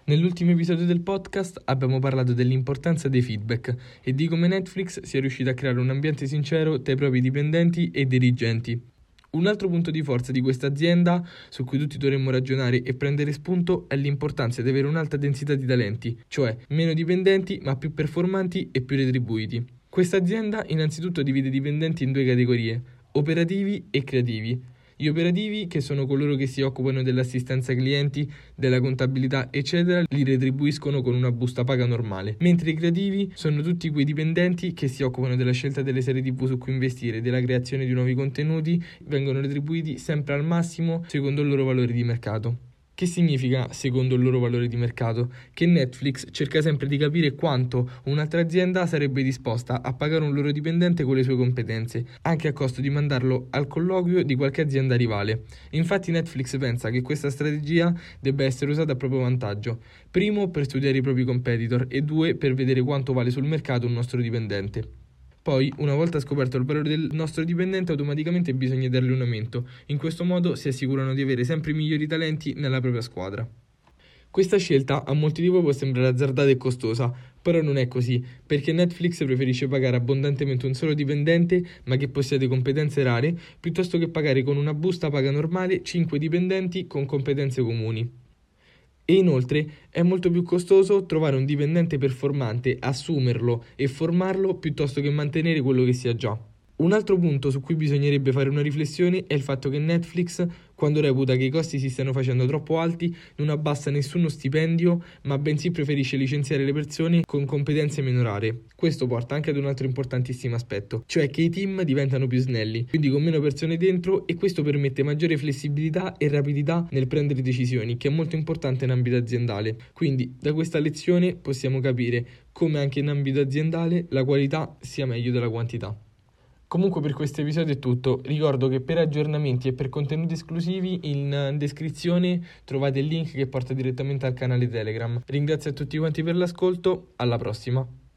Nell'ultimo episodio del podcast abbiamo parlato dell'importanza dei feedback e di come Netflix sia riuscita a creare un ambiente sincero tra i propri dipendenti e dirigenti. Un altro punto di forza di questa azienda, su cui tutti dovremmo ragionare e prendere spunto, è l'importanza di avere un'alta densità di talenti, cioè meno dipendenti ma più performanti e più retribuiti. Questa azienda innanzitutto divide i dipendenti in due categorie, operativi e creativi. Gli operativi, che sono coloro che si occupano dell'assistenza ai clienti, della contabilità, eccetera, li retribuiscono con una busta paga normale, mentre i creativi sono tutti quei dipendenti che si occupano della scelta delle serie TV su cui investire, della creazione di nuovi contenuti, vengono retribuiti sempre al massimo secondo il loro valore di mercato. Che significa secondo il loro valore di mercato? Che Netflix cerca sempre di capire quanto un'altra azienda sarebbe disposta a pagare un loro dipendente con le sue competenze, anche a costo di mandarlo al colloquio di qualche azienda rivale. Infatti Netflix pensa che questa strategia debba essere usata a proprio vantaggio. Primo, per studiare i propri competitor e due, per vedere quanto vale sul mercato un nostro dipendente. Poi, una volta scoperto il valore del nostro dipendente, automaticamente bisogna dargli un aumento. In questo modo si assicurano di avere sempre i migliori talenti nella propria squadra. Questa scelta a molti di voi può sembrare azzardata e costosa, però non è così, perché Netflix preferisce pagare abbondantemente un solo dipendente, ma che possiede competenze rare, piuttosto che pagare con una busta paga normale 5 dipendenti con competenze comuni. E inoltre è molto più costoso trovare un dipendente performante, assumerlo e formarlo piuttosto che mantenere quello che si ha già. Un altro punto su cui bisognerebbe fare una riflessione è il fatto che Netflix, quando reputa che i costi si stiano facendo troppo alti, non abbassa nessuno stipendio, ma bensì preferisce licenziare le persone con competenze meno rare. Questo porta anche ad un altro importantissimo aspetto, cioè che i team diventano più snelli, quindi con meno persone dentro, e questo permette maggiore flessibilità e rapidità nel prendere decisioni, che è molto importante in ambito aziendale. Quindi da questa lezione possiamo capire come anche in ambito aziendale la qualità sia meglio della quantità. Comunque per questo episodio è tutto, ricordo che per aggiornamenti e per contenuti esclusivi in descrizione trovate il link che porta direttamente al canale Telegram. Ringrazio a tutti quanti per l'ascolto, alla prossima!